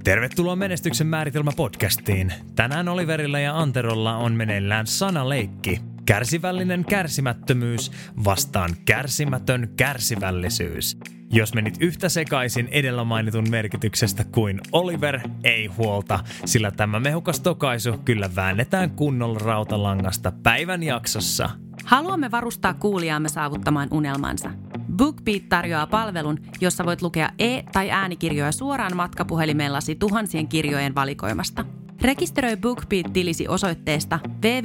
Tervetuloa Menestyksen määritelmä podcastiin. Tänään Oliverilla ja Anterolla on meneillään sanaleikki. Kärsivällinen kärsimättömyys vastaan kärsimätön kärsivällisyys. Jos menit yhtä sekaisin edellä mainitun merkityksestä kuin Oliver, ei huolta, sillä tämä mehukas tokaisu kyllä väännetään kunnolla rautalangasta päivän jaksossa. Haluamme varustaa kuulijaamme saavuttamaan unelmansa. BookBeat tarjoaa palvelun, jossa voit lukea e- tai äänikirjoja suoraan matkapuhelimellasi tuhansien kirjojen valikoimasta. Rekisteröi BookBeat-tilisi osoitteesta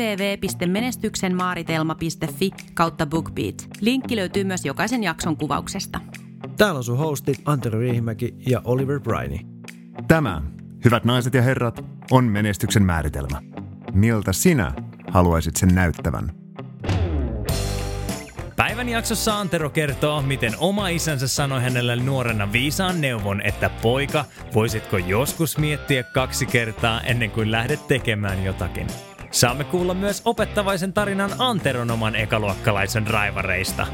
www.menestyksenmaaritelma.fi/BookBeat. Linkki löytyy myös jokaisen jakson kuvauksesta. Täällä on sun hostit Antero Riihimäki ja Oliver Briney. Tämä, hyvät naiset ja herrat, on menestyksen määritelmä. Miltä sinä haluaisit sen näyttävän? Päivän jaksossa Antero kertoo, miten oma isänsä sanoi hänelle nuorena viisaan neuvon, että poika, voisitko joskus miettiä 2 kertaa ennen kuin lähdet tekemään jotakin. Saamme kuulla myös opettavaisen tarinan Anteron oman ekaluokkalaisen raivareista.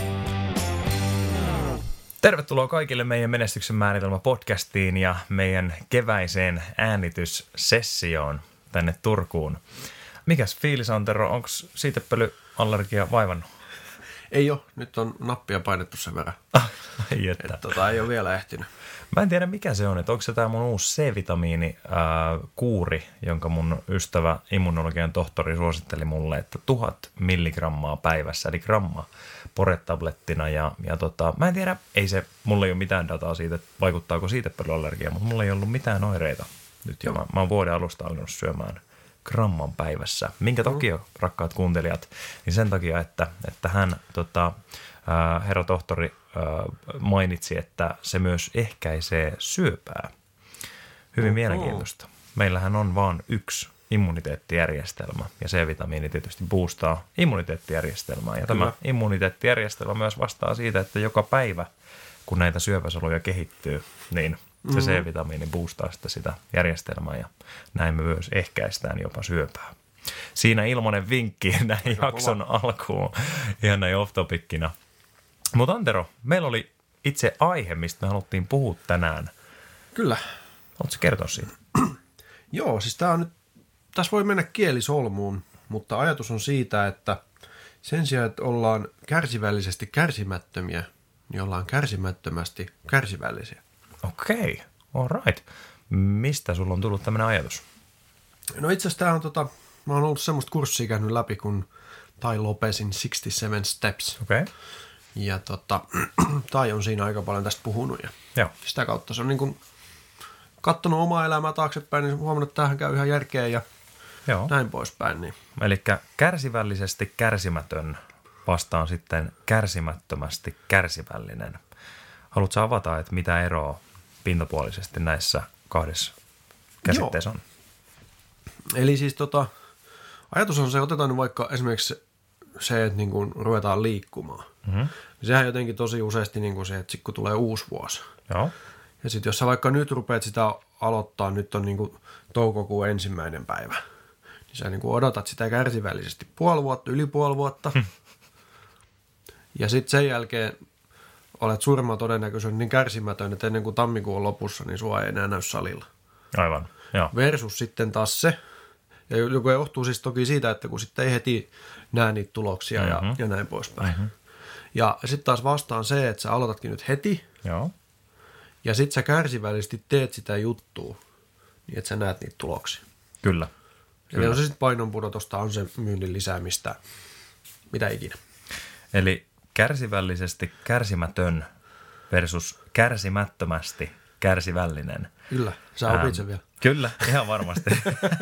Tervetuloa kaikille meidän Menestyksen määritelmä podcastiin ja meidän keväiseen äänityssessioon tänne Turkuun. Mikäs fiilis, Antero? Onko siitepölyallergia vaivannut? Ei ole. Nyt on nappia painettu sen verran. Ei ole vielä ehtinyt. Mä en tiedä mikä se on. Että onko se tämä mun uusi C-vitamiinikuuri, jonka mun ystävä immunologian tohtori suositteli mulle, että 1000 milligrammaa päivässä, eli gramma poretablettina. Ja mä en tiedä, mulla ei ole mitään dataa siitä, että vaikuttaako siitepölyallergia, mutta mulla ei ollut mitään oireita nyt. Ja mä oon vuoden alusta alkanut syömään gramman päivässä. Minkä takia, rakkaat kuuntelijat? Niin sen takia, että hän, herra tohtori, mainitsi, että se myös ehkäisee syöpää. Hyvin mielenkiintoista. Meillähän on vain yksi immuniteettijärjestelmä, ja C-vitamiini tietysti boostaa immuniteettijärjestelmää. Ja tämä immuniteettijärjestelmä myös vastaa siitä, että joka päivä, kun näitä syöpäsoluja kehittyy, niin se C-vitamiini boostaa sitä järjestelmää ja näin me myös ehkäistään jopa syöpää. Siinä ilmainen vinkki näin jakson alkuun, ihan näin off-topickina. Mutta Antero, meillä oli itse aihe, mistä me haluttiin puhua tänään. Kyllä. Haluatko kertoa siitä? Joo, siis tässä voi mennä kielisolmuun, mutta ajatus on siitä, että sen sijaan, että ollaan kärsivällisesti kärsimättömiä, niin ollaan kärsimättömästi kärsivällisiä. Okei, all right. Mistä sulla on tullut tämmöinen ajatus? No itse asiassa tämä on mä oon ollut semmoista kurssia käynyt läpi kuin Tai Lopezin 67 Steps. Okei. Ja Tai on siinä aika paljon tästä puhunut ja Joo. Sitä kautta se on niin kuin katsonut omaa elämää taaksepäin, niin huomannut, että tämähän käy ihan järkeä ja Joo. Näin poispäin. Niin. Eli kärsivällisesti kärsimätön vastaan sitten kärsimättömästi kärsivällinen. Haluatko avata, että mitä eroa pintapuolisesti näissä 2 käsitteessä on? Eli siis ajatus on se, otetaan nyt vaikka esimerkiksi se, että niin kuin ruvetaan liikkumaan. Mm-hmm. Sehän jotenkin tosi useasti niin kuin se, että kun tulee uusi vuosi. Joo. Ja sitten jos sä vaikka nyt rupeat sitä aloittaa, nyt on niin kuin toukokuun 1. päivä, niin sä niin kuin odotat sitä kärsivällisesti yli puoli vuotta. Ja sitten sen jälkeen olet suurimman todennäköisesti niin kärsimätön, että ennen kuin tammikuun lopussa, niin sua ei enää näy salilla. Aivan, joo. Versus sitten taas se, ja joka johtuu siis toki siitä, että kun sitten ei heti näe niitä tuloksia ja näin poispäin. Mm-hmm. Ja sitten taas vastaan se, että sä aloitatkin nyt heti, joo. Ja sitten sä kärsivällisesti teet sitä juttua, niin että sä näet niitä tuloksia. Kyllä. Eli on se sitten painonpudotusta, on se myynnin lisäämistä, mitä ikinä. Eli kärsivällisesti kärsimätön versus kärsimättömästi kärsivällinen. Kyllä, sä opit sen vielä. Kyllä, ihan varmasti.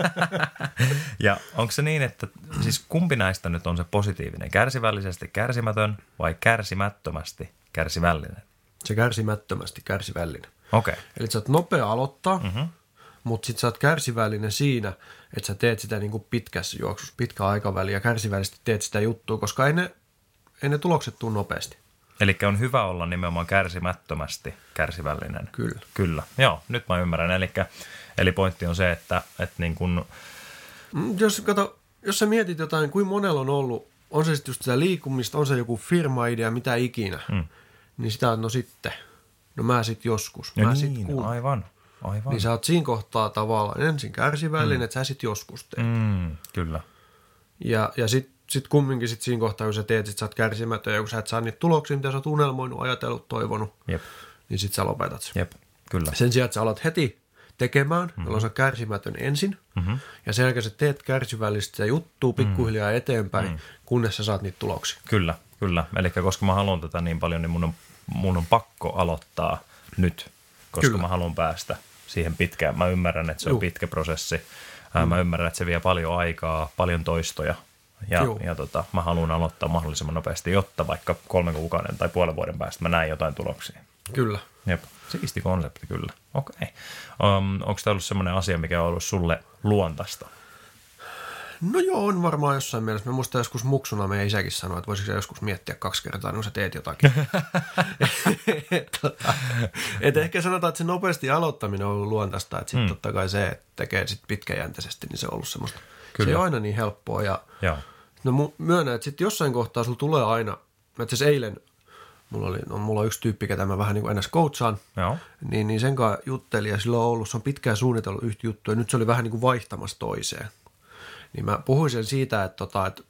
Ja onko se niin, että siis kumpi näistä nyt on se positiivinen? Kärsivällisesti kärsimätön vai kärsimättömästi kärsivällinen? Se kärsimättömästi kärsivällinen. Okei. Eli sä oot nopea aloittaa, mutta sit sä oot kärsivällinen siinä, että sä teet sitä niin kuin pitkässä juoksussa, pitkä aikaväli ja kärsivällisesti teet sitä juttua, koska ei ne tulokset tule nopeasti. Eli on hyvä olla nimenomaan kärsimättömästi kärsivällinen. Kyllä. Kyllä. Joo, nyt mä ymmärrän. Eli pointti on se, että niin kun Jos sä mietit jotain, kuin monella on ollut, on se sitten just sitä liikumista, on se joku firma-idea, mitä ikinä, niin sitä on sitten, mä sit joskus. No mä niin, aivan. Aivan. Niin sä oot siinä kohtaa tavallaan ensin kärsivällinen, että sä sit joskus teet. Kyllä. Ja sit kumminkin sit siinä kohtaa, kun sä teet, sit sä oot kärsimätön, ja kun sä et saa niitä tuloksia, mitä sä oot unelmoinut, ajatellut, toivonut, niin sit sä lopetat sen. Jep, kyllä. Sen sijaan, että sä alat heti tekemään, jolloin sä oot kärsimätön ensin, ja sen jälkeen sä teet kärsivällistä juttua pikkuhiljaa eteenpäin, kunnes sä saat niitä tuloksia. Kyllä. Eli koska mä haluan tätä niin paljon, niin mun on pakko aloittaa nyt, koska mä haluan päästä siihen pitkään. Mä ymmärrän, että se on pitkä prosessi. Mä ymmärrän, että se vie paljon aikaa, paljon toistoja. Ja mä haluan aloittaa mahdollisimman nopeasti, jotta vaikka 3 kuukauden tai puolen vuoden päästä mä näen jotain tuloksia. Kyllä. Jep. Siisti konsepti kyllä. Okei. Onko tämä ollut semmoinen asia, mikä on ollut sulle luontaista? No joo, on varmaan jossain mielessä. Mä muistan joskus muksuna meidän isäkin sanoi, että voisiko sä joskus miettiä 2 kertaa, kun sä teet jotakin. Et ehkä sanotaan, että se nopeasti aloittaminen on ollut luontaista, että sitten totta kai se, että tekee sit pitkäjänteisesti, niin se on ollut semmoista. Kyllä. Se ei ole aina niin helppoa. Ja no myönnän, että sitten jossain kohtaa sulla tulee aina, itse asiassa eilen mulla on yksi tyyppi, ketä mä vähän niin kuin ennäs coachaan, niin sen kanssa juttelin ja silloin on ollut, se on pitkään suunnitellut yhtä juttua ja nyt se oli vähän niin kuin vaihtamassa toiseen. Niin mä puhuisin siitä, että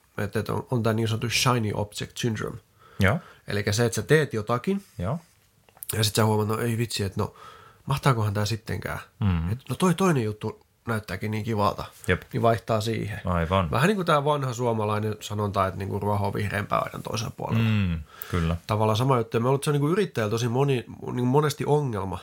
on tämä niin sanottu shiny object syndrome. Joo. Eli se, että sä teet jotakin ja sitten sä huomaat, no ei vitsi, että no mahtaakohan tämä sittenkään. Että no toinen juttu näyttääkin niin kivalta, niin vaihtaa siihen. Aivan. Vähän niin kuin tämä vanha suomalainen sanonta, että niin kuin ruoho on vihreämpää aidan toisella puolella. Kyllä. Tavallaan sama juttu. Me on ollut se niin kuin yrittäjällä tosi monesti ongelma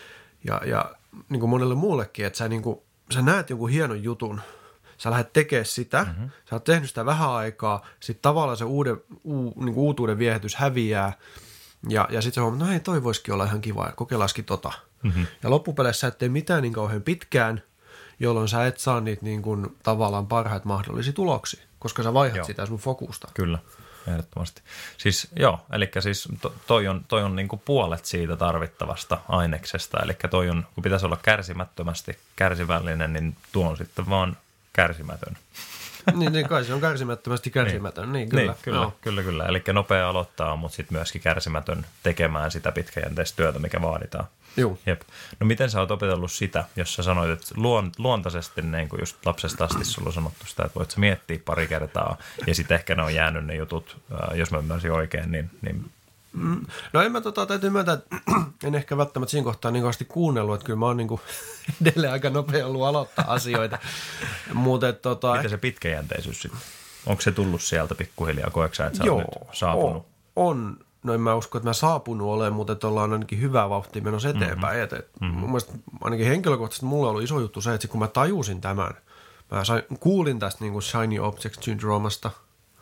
ja niin kuin monelle muullekin, että sä näet jonkun hienon jutun, sä lähdet tekemään sitä, sä oot tehnyt sitä vähän aikaa, sitten tavallaan se niin kuin uutuuden viehätys häviää, ja sitten sä huomaat, no ei, toi voisikin olla ihan kiva, ja kokeillaankin tota. Ja loppupeleissä sä et tee mitään niin kauhean pitkään, jolloin sä et saa niitä niin kuin, tavallaan parhaita mahdollisia tuloksia, koska sä vaihdat sitä sun fokusta. Kyllä, ehdottomasti. Siis eli siis toi on niin kuin puolet siitä tarvittavasta aineksesta, eli toi on, kun pitäisi olla kärsimättömästi kärsivällinen, niin tuo on sitten vaan kärsimätön. niin kai se on kärsimättömästi kärsimätön, niin kyllä. Niin, kyllä. Eli nopea aloittaa, mutta sitten myöskin kärsimätön tekemään sitä pitkäjänteistä työtä, mikä vaaditaan. Joo. Jep. No miten sä oot opetellut sitä, jos sä sanoit, että luontaisesti niin kuin just lapsesta asti sulla on sanottu sitä, että voit sä miettiä pari kertaa ja sitten ehkä ne on jäänyt ne jutut, jos mä ymmärsin oikein, niin No en mä täytyy myöntää, että en ehkä välttämättä siinä kohtaa niin kovasti kuunnellut, että kyllä mä oon niin kuin edelleen aika nopea ollut aloittaa asioita. Miten se pitkäjänteisyys sitten? Onko se tullut sieltä pikkuhiljaa? Koetko sä, että sä oot nyt saapunut? On. No en mä usko, että mä saapunut olen, mutta että ollaan ainakin hyvää vauhtia menossa eteenpäin. Mun mielestä ainakin henkilökohtaisesti mulle on ollut iso juttu se, että kun mä tajusin tämän, kuulin tästä niin kuin shiny object syndroomasta,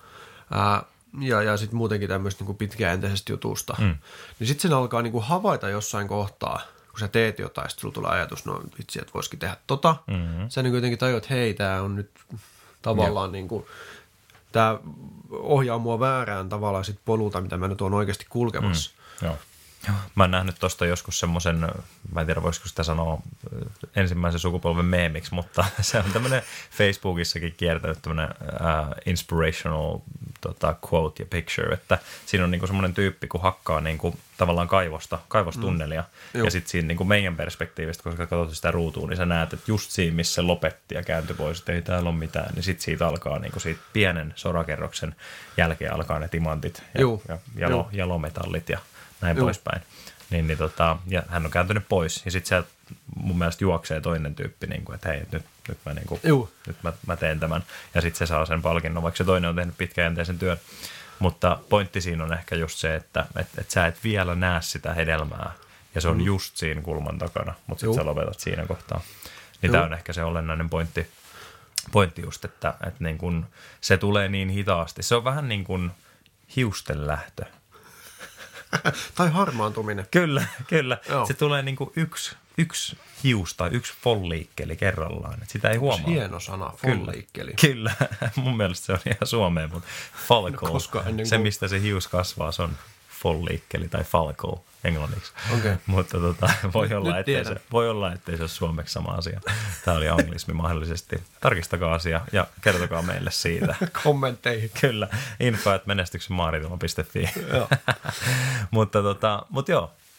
ja sitten muutenkin tämmöistä niin pitkäjänteisestä jutusta. Niin sitten sen alkaa niin kuin havaita jossain kohtaa, kun sä teet jotain, sitten sulla tulee ajatus, no vitsi, että voisikin tehdä tota. Sä niin jotenkin tajuat, että hei, tää on nyt tavallaan niin kuin, tää ohjaa mua väärään tavallaan sit polulta, mitä mä nyt oon oikeasti kulkemassa. Joo. Mä oon nähnyt tosta joskus semmoisen, mä en tiedä voisiko sitä sanoa ensimmäisen sukupolven meemiksi, mutta se on tämmöinen Facebookissakin kiertänyt tämmöinen inspirational quote ja picture, että siinä on niinku semmoinen tyyppi, kun hakkaa niinku tavallaan kaivostunnelia, ja sitten siinä niinku meidän perspektiivistä, koska katsot sitä ruutua, niin sä näet, että just siinä, missä se lopetti ja kääntyi pois, että ei täällä ole mitään, niin sitten siitä alkaa niinku siitä pienen sorakerroksen jälkeen alkaa ne timantit ja jalometallit ja näin poispäin. Ja hän on kääntynyt pois. Ja sitten sieltä mun mielestä juoksee toinen tyyppi, niin kuin, että hei, nyt mä teen tämän. Ja sitten se saa sen palkinnon, vaikka se toinen on tehnyt pitkäjänteisen työn. Mutta pointti siinä on ehkä just se, että sä et vielä näe sitä hedelmää. Ja se on just siinä kulman takana, mutta sitten sä lopetat siinä kohtaa. Niin tämä on ehkä se olennainen pointti just, että niin kun se tulee niin hitaasti. Se on vähän niin kuin hiusten lähtö. Tai harmaantuminen. Kyllä. Se tulee niin kuin yksi hius tai yksi folliikkeli kerrallaan. Että sitä ei huomaa. Hieno sana, folliikkeli. Kyllä. Mun mielestä se on ihan suomea, mutta follicle, se mistä se hius kasvaa, se on folliikkeli tai follicle englanniksi. Okay. Mutta voi olla, ettei se ole suomeksi sama asia. Tämä oli anglismi mahdollisesti. Tarkistakaa asia ja kertokaa meille siitä. Kommentteihin. Kyllä. info@menestyksenmaaritelma.fi. Mutta joo.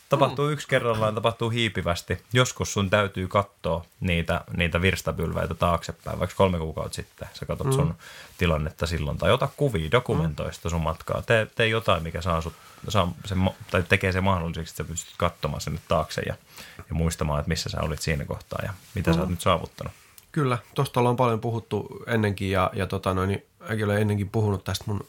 tapahtuu yksi kerrallaan, tapahtuu hiipivästi. Joskus sun täytyy katsoa niitä virstapylväitä taaksepäin, vaikka 3 kuukautta sitten. Sä katsot sun tilannetta silloin. Tai ota kuvia, dokumentoi sitä sun matkaa. Tee jotain, mikä tai tekee se mahdolliseksi, että sä pystyt katsomaan sen nyt taakse ja muistamaan, että missä sä olit siinä kohtaa ja mitä sä oot nyt saavuttanut. Kyllä, tuosta ollaan paljon puhuttu ennenkin ja äkin olen ennenkin puhunut tästä mun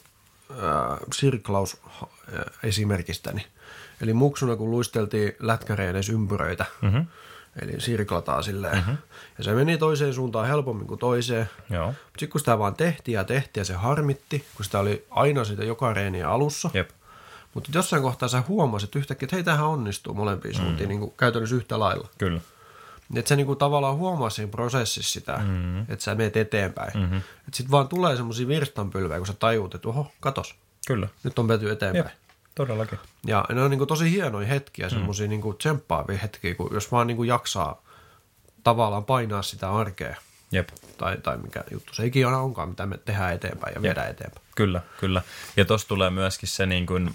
sirklausesimerkistäni. Eli muksuna, kun luisteltiin lätkäreiden edes ympyröitä, eli sirklataan silleen, ja se meni toiseen suuntaan helpommin kuin toiseen. Mutta sitten kun sitä vaan tehtiin ja se harmitti, kun sitä oli aina sitä joka reeniä alussa. Jep. Mutta jossain kohtaa sä huomasit yhtäkkiä, että hei, tämähän onnistuu molempiin suuntiin niin kuin käytännössä yhtä lailla. Kyllä. Että sä niinku tavallaan huomaa siinä prosessissa sitä, että sä meet eteenpäin. Että sit vaan tulee semmosia virstanpylväjä, kun sä tajuut, että oho, katos. Kyllä. Nyt on menty eteenpäin. Jep, todellakin. Ja ne on niinku tosi hienoja hetkiä, semmosia niinku tsemppaavia hetkiä, kun jos vaan niinku jaksaa tavallaan painaa sitä arkea. Jep. Tai mikä juttu se ikinä onkaan, mitä me tehdään eteenpäin ja viedään eteenpäin. Kyllä, kyllä. Ja tossa tulee myöskin se niin kuin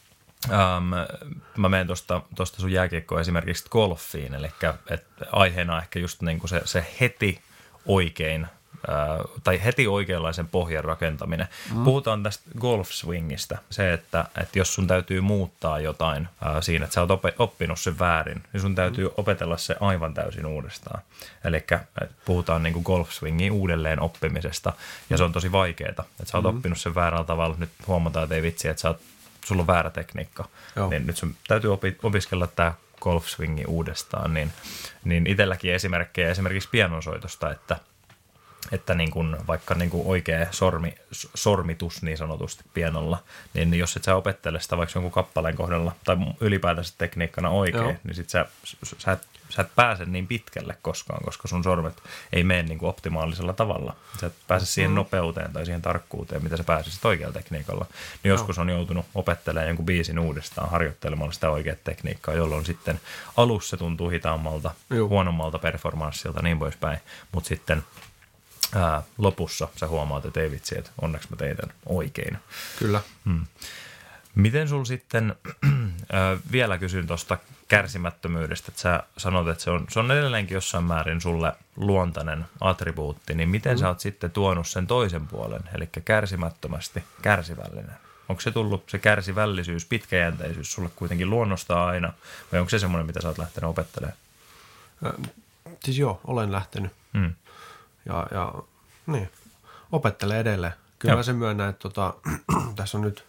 mä menen tuosta sun jääkiekkoa esimerkiksi golfiin, eli aiheena ehkä just niin kuin se heti oikein, tai heti oikeanlaisen pohjan rakentaminen. Puhutaan tästä golf swingistä. Se, että jos sun täytyy muuttaa jotain siinä, että sä oot oppinut sen väärin, niin sun täytyy opetella se aivan täysin uudestaan. Eli puhutaan niin kuin golf swingin uudelleen oppimisesta, ja se on tosi vaikeaa, että sä oot oppinut sen väärällä tavalla. Nyt huomataan, että ei vitsi, että sulla on väärä tekniikka, niin nyt sun täytyy opiskella tämä golf swingi uudestaan, niin itselläkin esimerkkejä esimerkiksi pianonsoitosta, että niin kun, vaikka niin kun oikea sormitus niin sanotusti pianolla, niin jos et sä opettele sitä vaikka jonkun kappaleen kohdalla tai ylipäätänsä tekniikkana oikein, niin sit sä et pääse niin pitkälle koskaan, koska sun sormet ei mene niin kuin optimaalisella tavalla. Sä et pääse siihen nopeuteen tai siihen tarkkuuteen, mitä sä pääsisit oikealla tekniikalla. Niin joskus on joutunut opettelemaan jonkun biisin uudestaan, harjoittelemalla sitä oikeaa tekniikkaa, jolloin sitten alussa se tuntuu hitaammalta, huonommalta performanssilta, niin poispäin. Mutta sitten lopussa sä huomaat, että ei vitsi, että onneksi mä tein tämän oikein. Kyllä. Miten sul sitten, vielä kysyn tuosta kärsimättömyydestä, että sä sanot, että se on edelleenkin jossain määrin sulle luontainen attribuutti, niin miten sä oot sitten tuonut sen toisen puolen, eli kärsimättömästi kärsivällinen? Onko se tullut se kärsivällisyys, pitkäjänteisyys sulle kuitenkin luonnosta aina, vai onko se semmoinen, mitä sä oot lähtenyt opettelemaan? Siis joo, olen lähtenyt. Ja niin, opettelen edelleen. Kyllä mä sen myönnän, että tässä on nyt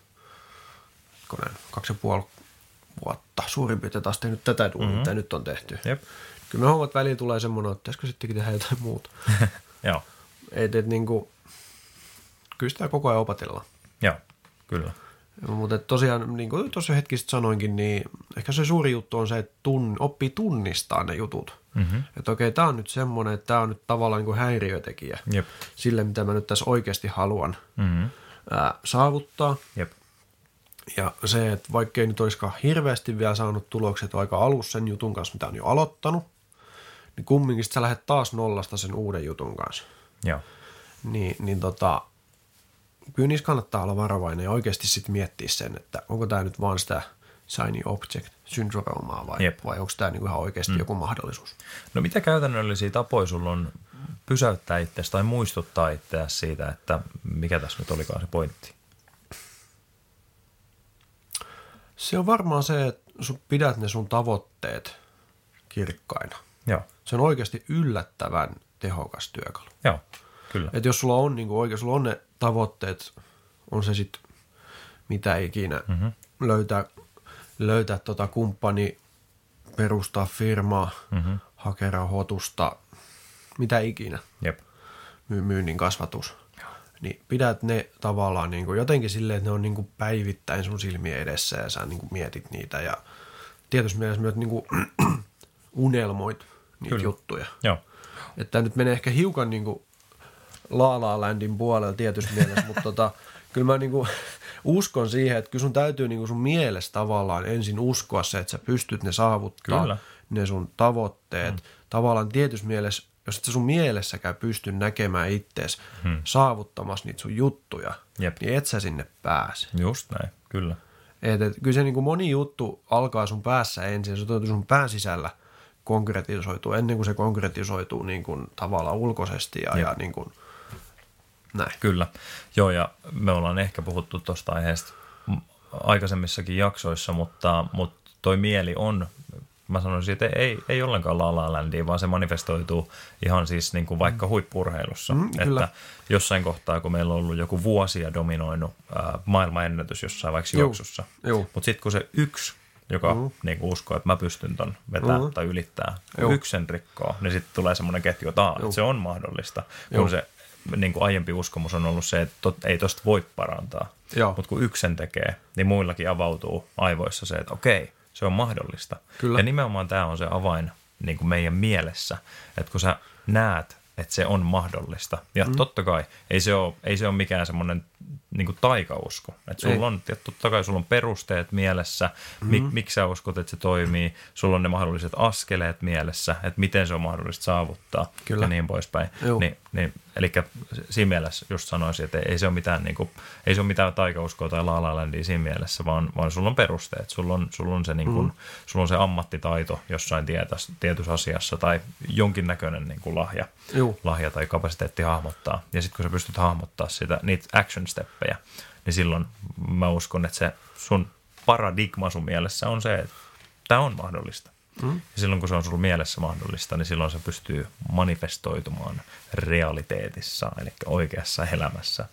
2,5 vuotta suurin piirtein taas tehnyt tätä duunia, mitä nyt on tehty. Jep. Kyllä me hommat väliin tulee semmoinen, että pitäisikö sittenkin tehdä jotain muuta. Joo. Niinku, kyllä sitä koko ajan opetellaan. Joo, kyllä. Mutta tosiaan, niin kuin tuossa hetki sitten sanoinkin, niin ehkä se suuri juttu on se, että oppii tunnistaa ne jutut. Että okei, tämä on nyt semmoinen, että tämä on nyt tavallaan niin kuin häiriötekijä sille, mitä mä nyt tässä oikeasti haluan saavuttaa. Jep. Ja se, että vaikka ei nyt olisikaan hirveästi vielä saanut tulokset aika alussa sen jutun kanssa, mitä on jo aloittanut, niin kumminkin sä lähdet taas nollasta sen uuden jutun kanssa. Joo. Kyllä niissä kannattaa olla varovainen ja oikeasti sitten miettiä sen, että onko tämä nyt vaan sitä shiny object syndroomaa vai onko tämä niinku ihan oikeasti joku mahdollisuus. No mitä käytännöllisiä tapoja sulla on pysäyttää itseäsi tai muistuttaa itseäsi siitä, että mikä tässä nyt olikaan se pointti? Se on varmaan se, että pidät ne sun tavoitteet kirkkaina. Joo. Se on oikeasti yllättävän tehokas työkalu. Joo, kyllä. Että jos sulla on niinku oikein, sulla on ne tavoitteet, on se sitten mitä ikinä, löytää kumppani, perustaa firmaa, hakea rahoitusta, mitä ikinä, myynnin kasvatus, niin pidät ne tavallaan niin kuin jotenkin silleen, että ne on niin kuin päivittäin sun silmien edessä ja sä niin kuin mietit niitä ja tietysti mielessä myös niin kuin unelmoit niitä juttuja. Joo. Että nyt menee ehkä hiukan niin kuin La La Landin puolella tietysti mielessä, mutta kyllä mä niinku uskon siihen, että kyllä sun täytyy niinku sun mielessä tavallaan ensin uskoa se, että sä pystyt ne saavuttaa, ne sun tavoitteet. Tavallaan tietysti mielessä, jos et sä sun mielessäkään pysty näkemään ittees saavuttamassa niitä sun juttuja, niin et sä sinne pääse. Just näin, kyllä. Kyllä se niin kuin moni juttu alkaa sun päässä ensin, se sun pään sisällä konkretisoituu ennen kuin se konkretisoituu niin kuin tavallaan ulkoisesti ja niin kuin näin. Kyllä. Joo, ja me ollaan ehkä puhuttu tuosta aiheesta aikaisemmissakin jaksoissa, mutta toi mieli on, mä sanoisin, että ei ollenkaan La La Landia, vaan se manifestoituu ihan siis niin kuin vaikka huippu-urheilussa. Että jossain kohtaa, kun meillä on ollut joku vuosia dominoinut maailmanennätys jossain vaikka juoksussa, mutta sitten kun se yksi, joka niin kuin uskoo, että mä pystyn ton vetää tai ylittää, kun yksen rikkoo, niin sitten tulee semmoinen ketju, että se on mahdollista, kun se niin kuin aiempi uskomus on ollut se, että ei tosta voi parantaa. Mutta kun yksen tekee, niin muillakin avautuu aivoissa se, että okei, se on mahdollista. Kyllä. Ja nimenomaan tämä on se avain niin kuin meidän mielessä, että kun sä näet, että se on mahdollista. Ja totta kai ei se ole mikään semmoinen niin kuin taikausko. Että sulla on, totta kai sulla on perusteet mielessä, miksi sä uskot, että se toimii. Sulla on ne mahdolliset askeleet mielessä, että miten se on mahdollista saavuttaa. Kyllä. Ja niin poispäin. Eli siinä mielessä just sanoisin, että ei se ole mitään, niin kuin, ei se ole mitään taikauskoa tai La La Landia siinä mielessä, vaan sulla on perusteet. Sulla on se, niin kuin, sulla on se ammattitaito jossain tietyssä asiassa tai jonkinnäköinen niin kuin lahja tai kapasiteetti hahmottaa. Ja sitten kun sä pystyt hahmottaa niitä action steppejä, niin silloin mä uskon, että se sun paradigma sun mielessä on se, että tämä on mahdollista. Ja silloin kun se on sulla mielessä mahdollista, niin silloin se pystyy manifestoitumaan realiteetissa, eli oikeassa elämässä.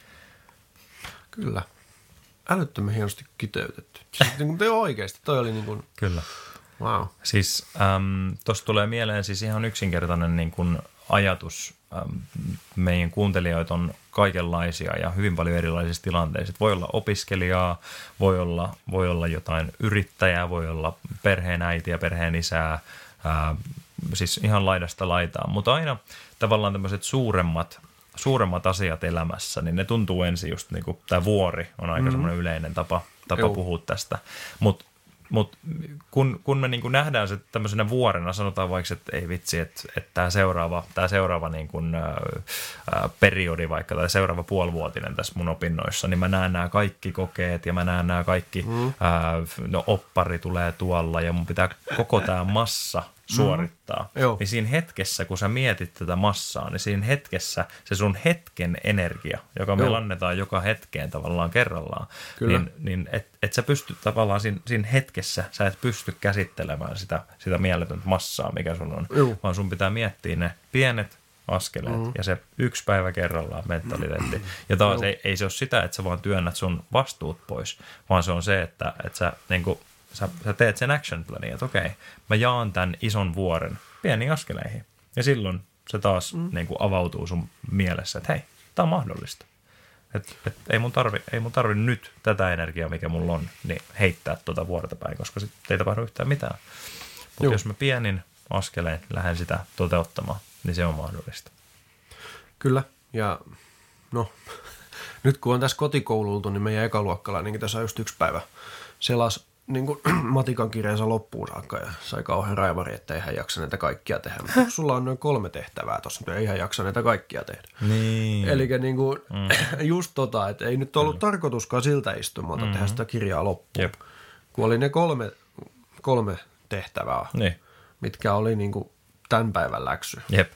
Kyllä. Älyttömän hienosti kiteytetty. Siis niin kuin oikeasti, toi oli niin kuin... Kyllä. Wow. Siis tuossa tulee mieleen siis ihan yksinkertainen niin kuin ajatus. Meidän kuuntelijoita on kaikenlaisia ja hyvin paljon erilaisissa tilanteissa. Voi olla opiskelijaa, voi olla jotain yrittäjää, voi olla perheen äitiä, perheen isää, siis ihan laidasta laitaan. Mutta aina tavallaan tämmöiset suuremmat asiat elämässä, niin ne tuntuu ensin just niin kuin tämä vuori on aika semmoinen yleinen tapa puhua tästä. Mutta kun me niin kuin nähdään se tämmöisenä vuorena, sanotaan vaikka, että ei vitsi, että tämä seuraava niin kuin, periodi vaikka tai seuraava puolivuotinen tässä mun opinnoissa, niin mä näen nämä kaikki kokeet ja mä näen nämä kaikki, oppari tulee tuolla ja mun pitää koko tämä massa suorittaa. Niin siinä hetkessä, kun sä mietit tätä massaa, niin siinä hetkessä se sun hetken energia, joka me annetaan joka hetkeen tavallaan kerrallaan, niin et sä pysty tavallaan siinä hetkessä, sä et pysty käsittelemään sitä mieletöntä massaa, mikä sun on, vaan sun pitää miettiä ne pienet askeleet ja se yksi päivä kerrallaan mentaliteetti. Ja taas ei se ole sitä, että sä vaan työnnät sun vastuut pois, vaan se on se, että sä niinku sä teet sen action planin, että okei, mä jaan tämän ison vuoren pieniin askeleihin. Ja silloin se taas niin kuin avautuu sun mielessä, että hei, tää on mahdollista. Et ei mun tarvi nyt tätä energiaa, mikä mulla on, niin heittää tuota vuorta päin, koska sit ei tapahdu yhtään mitään. Mutta jos mä pienin askeleen lähden sitä toteuttamaan, niin se on mahdollista. Kyllä, ja no, nyt kun on tässä kotikoulultu, niin meidän ekaluokkalainenkin tässä on just yksi päivä selas niin kuin matikan kirjansa loppuun saakka ja sai kauhean raivari, että ei hän jaksa näitä kaikkia tehdä. Mutta sulla on noin 3 tehtävää tuossa, ei hän jaksa näitä kaikkia tehdä. Niin. Eli niin kuin, just että ei nyt ollut tarkoituskaan siltä istumalta tehdä sitä kirjaa loppuun. Jep. Kun oli ne 3 tehtävää, mitkä oli niin kuin tämän päivän läksy. Jep.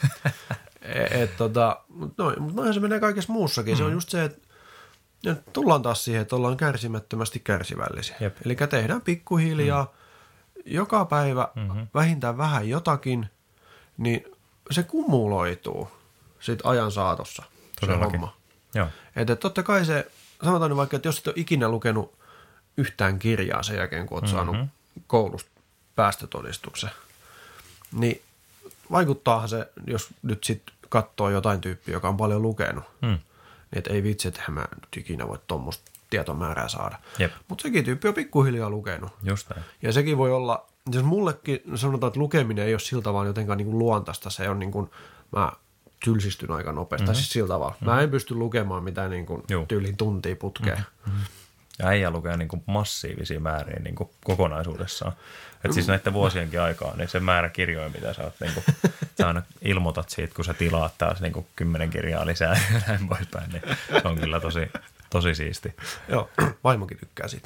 Mutta noin se menee kaikessa muussakin. Se on just se, että ja tullaan taas siihen, että ollaan kärsimättömästi kärsivällisiä. Jep. Eli tehdään pikkuhiljaa joka päivä vähintään vähän jotakin, niin se kumuloituu sit ajan saatossa. Todellakin. Se homma. Että totta kai se, sanotaan nyt vaikka, että jos et ole ikinä lukenut yhtään kirjaa sen jälkeen, kun olet saanut koulusta päästötodistuksen, niin vaikuttaahan se, jos nyt sitten katsoo jotain tyyppiä, joka on paljon lukenut, niin että ei vitsi, että mä nyt ikinä voi tuommoista tietomäärää saada. Mutta sekin tyyppi on pikkuhiljaa lukenut. Just näin. Ja sekin voi olla, jos mullekin sanotaan, että lukeminen ei ole sillä tavalla jotenkaan niin kuin luontaista, se on niin kuin, mä tylsistyn aika nopeasti, siis sillä tavalla. Mä en pysty lukemaan mitään niin kuin tyylin tuntia putkeen. Ja äijä lukee niin kuin massiivisia määriä niin kuin kokonaisuudessaan. Että siis näiden vuosienkin aikaa, niin se määrä kirjoja, mitä sä oot, niin kuin, sä aina ilmoitat siitä, kun sä tilaat taas niin kuin 10 kirjaa lisää ja näin poispäin, niin se on kyllä Tosi siisti. Joo, vaimokin tykkää siitä.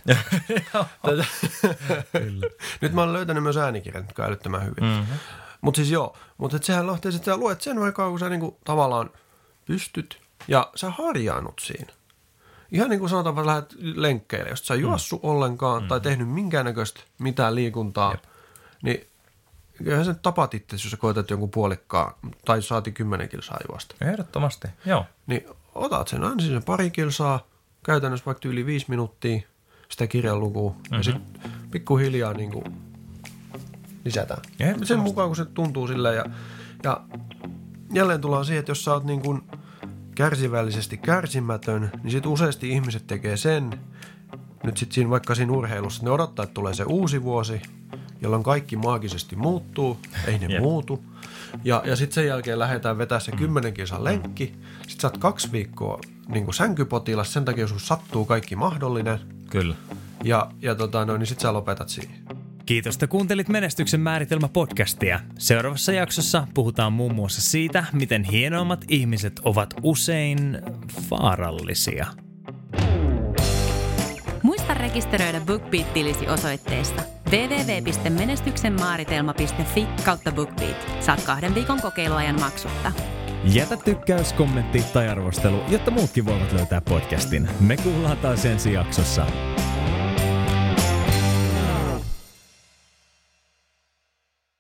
Nyt mä olen löytänyt myös äänikirjat, jotka on älyttömän hyvin. Mm-hmm. Mutta siis joo, mutta sehän lähtee sitten, sä luet sen aikaa, kun sä niinku tavallaan pystyt ja sä harjaannut siinä. Ihan niin kuin sanotaan, että lähdet lenkkeille, jos sä juossut ollenkaan tai tehnyt minkäännäköistä mitään liikuntaa, niin kyllähän sen tapat itse, jos sä koetat jonkun puolikkaan tai saati 10 kilsaa juosta. Ehdottomasti, joo. Niin otat sen aina sen pari kilsaa, käytännössä vaikka yli 5 minuuttia sitä kirjan lukua ja sitten pikkuhiljaa niin kuin lisätään. Sen mukaan, kun se tuntuu silleen ja jälleen tullaan siihen, että jos sä oot niin kuin kärsivällisesti kärsimätön, niin sit useasti ihmiset tekee sen, nyt sit siinä vaikka siinä urheilussa, ne odottaa, että tulee se uusi vuosi, jolloin kaikki maagisesti muuttuu, ei ne muutu. Ja sitten sen jälkeen lähdetään vetää se 10 kilsan lenkki, sit sä oot 2 viikkoa niin kuin sänkypotilas, sen takia jos sattuu kaikki mahdollinen. Kyllä. Niin sit sä lopetat siihen. Kiitos, että kuuntelit Menestyksen määritelmä podcastia. Seuraavassa jaksossa puhutaan muun muassa siitä, miten hienoimmat ihmiset ovat usein vaarallisia. Muista rekisteröidä BookBeat-tilisi osoitteesta www.menestyksenmaaritelma.fi/BookBeat. Saat 2 viikon kokeiluajan maksutta. Jätä tykkäys, kommentti tai arvostelu, jotta muutkin voivat löytää podcastin. Me kuullaan taas ensi jaksossa.